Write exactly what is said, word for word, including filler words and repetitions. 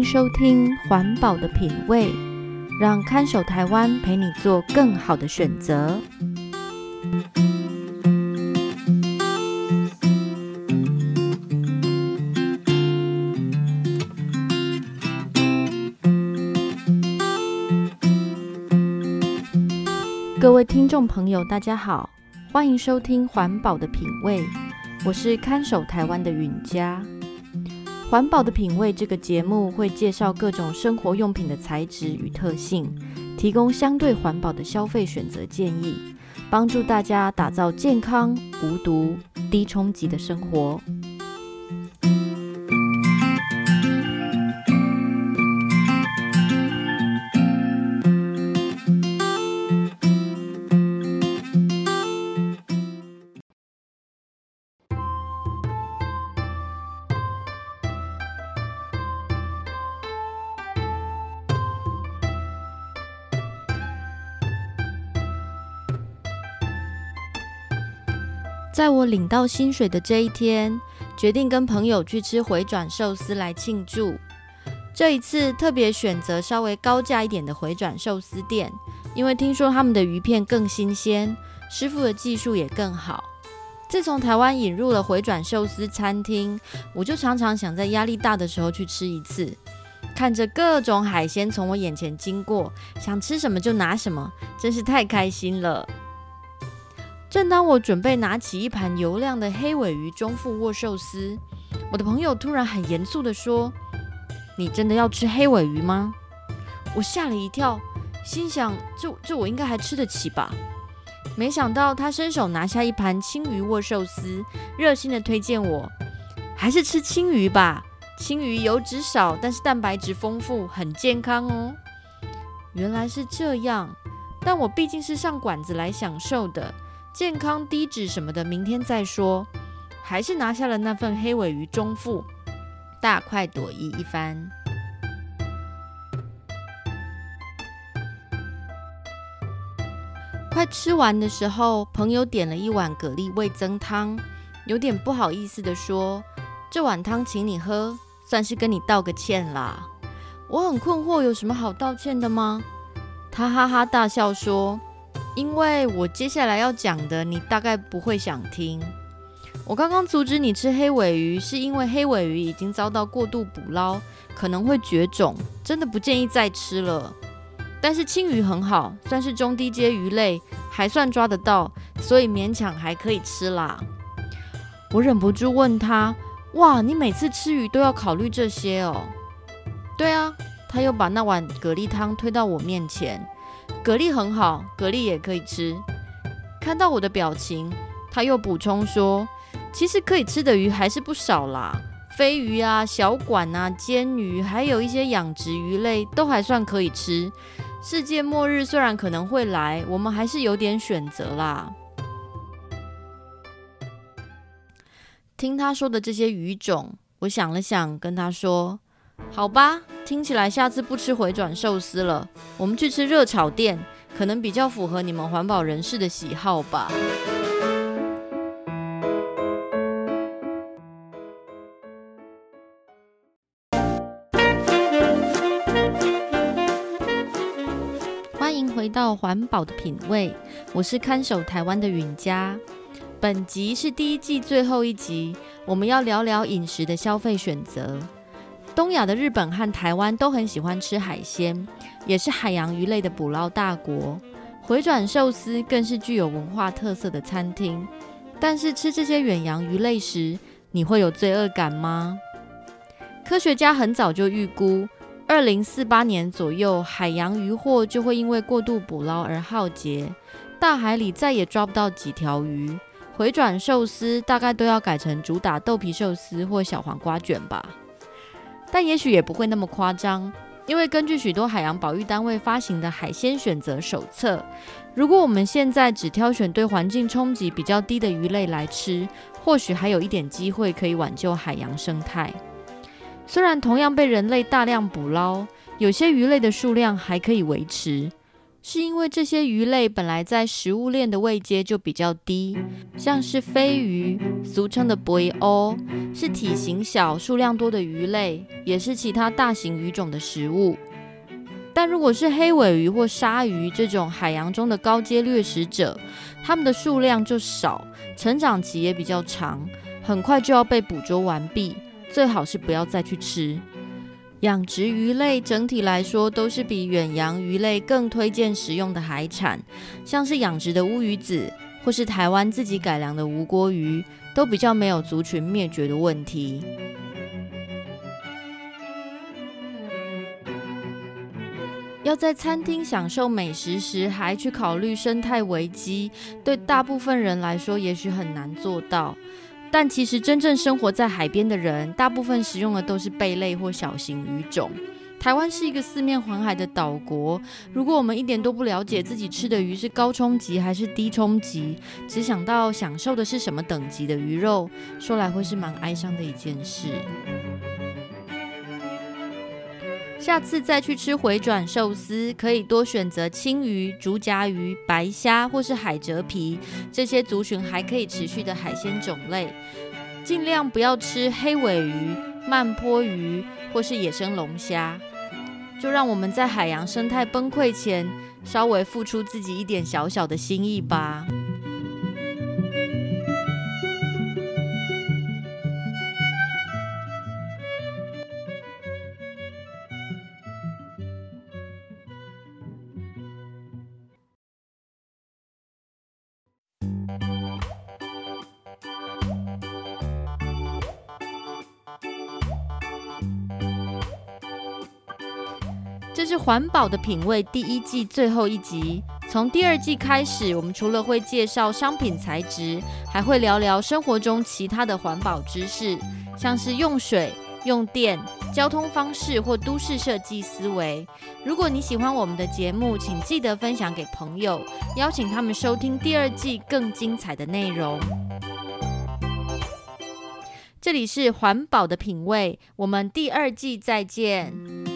迎收听环保的品味，让看守台湾陪你做更好的选择。各位听众朋友大家好，欢迎收听环保的品味，我是看守台湾的允嘉。环保的品味这个节目会介绍各种生活用品的材质与特性，提供相对环保的消费选择建议，帮助大家打造健康、无毒、低冲击的生活。在我领到薪水的这一天，决定跟朋友去吃回转寿司来庆祝。这一次特别选择稍微高价一点的回转寿司店，因为听说他们的鱼片更新鲜，师傅的技术也更好。自从台湾引入了回转寿司餐厅，我就常常想在压力大的时候去吃一次。看着各种海鲜从我眼前经过，想吃什么就拿什么，真是太开心了。正当我准备拿起一盘油亮的黑鮪鱼中腹握寿司，我的朋友突然很严肃地说：“你真的要吃黑鮪鱼吗？”我吓了一跳，心想这这我应该还吃得起吧。没想到他伸手拿下一盘青鱼握寿司，热心地推荐我还是吃青鱼吧，青鱼油脂少，但是蛋白质丰富，很健康哦。原来是这样，但我毕竟是上馆子来享受的，健康低脂什么的明天再说，还是拿下了那份黑鮪鱼中腹，大快朵颐一番。快吃完的时候，朋友点了一碗蛤蜊味噌汤，有点不好意思地说：“这碗汤请你喝，算是跟你道个歉啦。”我很困惑，有什么好道歉的吗？他哈哈大笑说：“因为我接下来要讲的你大概不会想听。我刚刚阻止你吃黑鮪鱼，是因为黑鮪鱼已经遭到过度捕捞，可能会绝种，真的不建议再吃了。但是青鱼很好，算是中低阶鱼类，还算抓得到，所以勉强还可以吃啦。”我忍不住问他：“哇，你每次吃鱼都要考虑这些哦？”“对啊。”他又把那碗蛤蜊汤推到我面前。蛤蜊很好，蛤蜊也可以吃。看到我的表情，他又补充说：“其实可以吃的鱼还是不少啦，飞鱼啊、小管啊、煎鱼，还有一些养殖鱼类都还算可以吃。世界末日虽然可能会来，我们还是有点选择啦。”听他说的这些鱼种，我想了想，跟他说：“好吧，听起来下次不吃回转寿司了，我们去吃热炒店，可能比较符合你们环保人士的喜好吧。”欢迎回到环保的品味，我是看守台湾的允嘉。本集是第一季最后一集，我们要聊聊饮食的消费选择。东亚的日本和台湾都很喜欢吃海鲜，也是海洋鱼类的捕捞大国。回转寿司更是具有文化特色的餐厅。但是吃这些远洋鱼类时，你会有罪恶感吗？科学家很早就预估，二零四八年左右，海洋渔获就会因为过度捕捞而浩劫，大海里再也抓不到几条鱼。回转寿司大概都要改成主打豆皮寿司或小黄瓜卷吧。但也许也不会那么夸张，因为根据许多海洋保育单位发行的海鲜选择手册，如果我们现在只挑选对环境冲击比较低的鱼类来吃，或许还有一点机会可以挽救海洋生态。虽然同样被人类大量捕捞，有些鱼类的数量还可以维持， 是因为这些鱼类本来在食物链的位阶就比较低，像是飞鱼，俗称的肥欧，是体型小、数量多的鱼类，也是其他大型鱼种的食物。但如果是黑尾鱼或鲨鱼这种海洋中的高阶掠食者，它们的数量就少，成长期也比较长，很快就要被捕捉完毕，最好是不要再去吃。养殖鱼类整体来说都是比远洋鱼类更推荐食用的海产，像是养殖的乌鱼子或是台湾自己改良的无锅鱼，都比较没有族群灭绝的问题。要在餐厅享受美食时还去考虑生态危机，对大部分人来说也许很难做到。但其实真正生活在海边的人，大部分食用的都是贝类或小型鱼种。台湾是一个四面环海的岛国，如果我们一点都不了解自己吃的鱼是高冲级还是低冲级，只想到享受的是什么等级的鱼肉，说来会是蛮哀伤的一件事。下次再去吃回转寿司，可以多选择青鱼、竹夹鱼、白虾或是海蜇皮，这些族群还可以持续的海鲜种类。尽量不要吃黑尾鱼、慢波鱼或是野生龙虾。就让我们在海洋生态崩溃前，稍微付出自己一点小小的心意吧。这是环保的品味第一季最后一集。从第二季开始，我们除了会介绍商品材质，还会聊聊生活中其他的环保知识，像是用水、用电、交通方式或都市设计思维。如果你喜欢我们的节目，请记得分享给朋友，邀请他们收听第二季更精彩的内容。这里是环保的品味，我们第二季再见。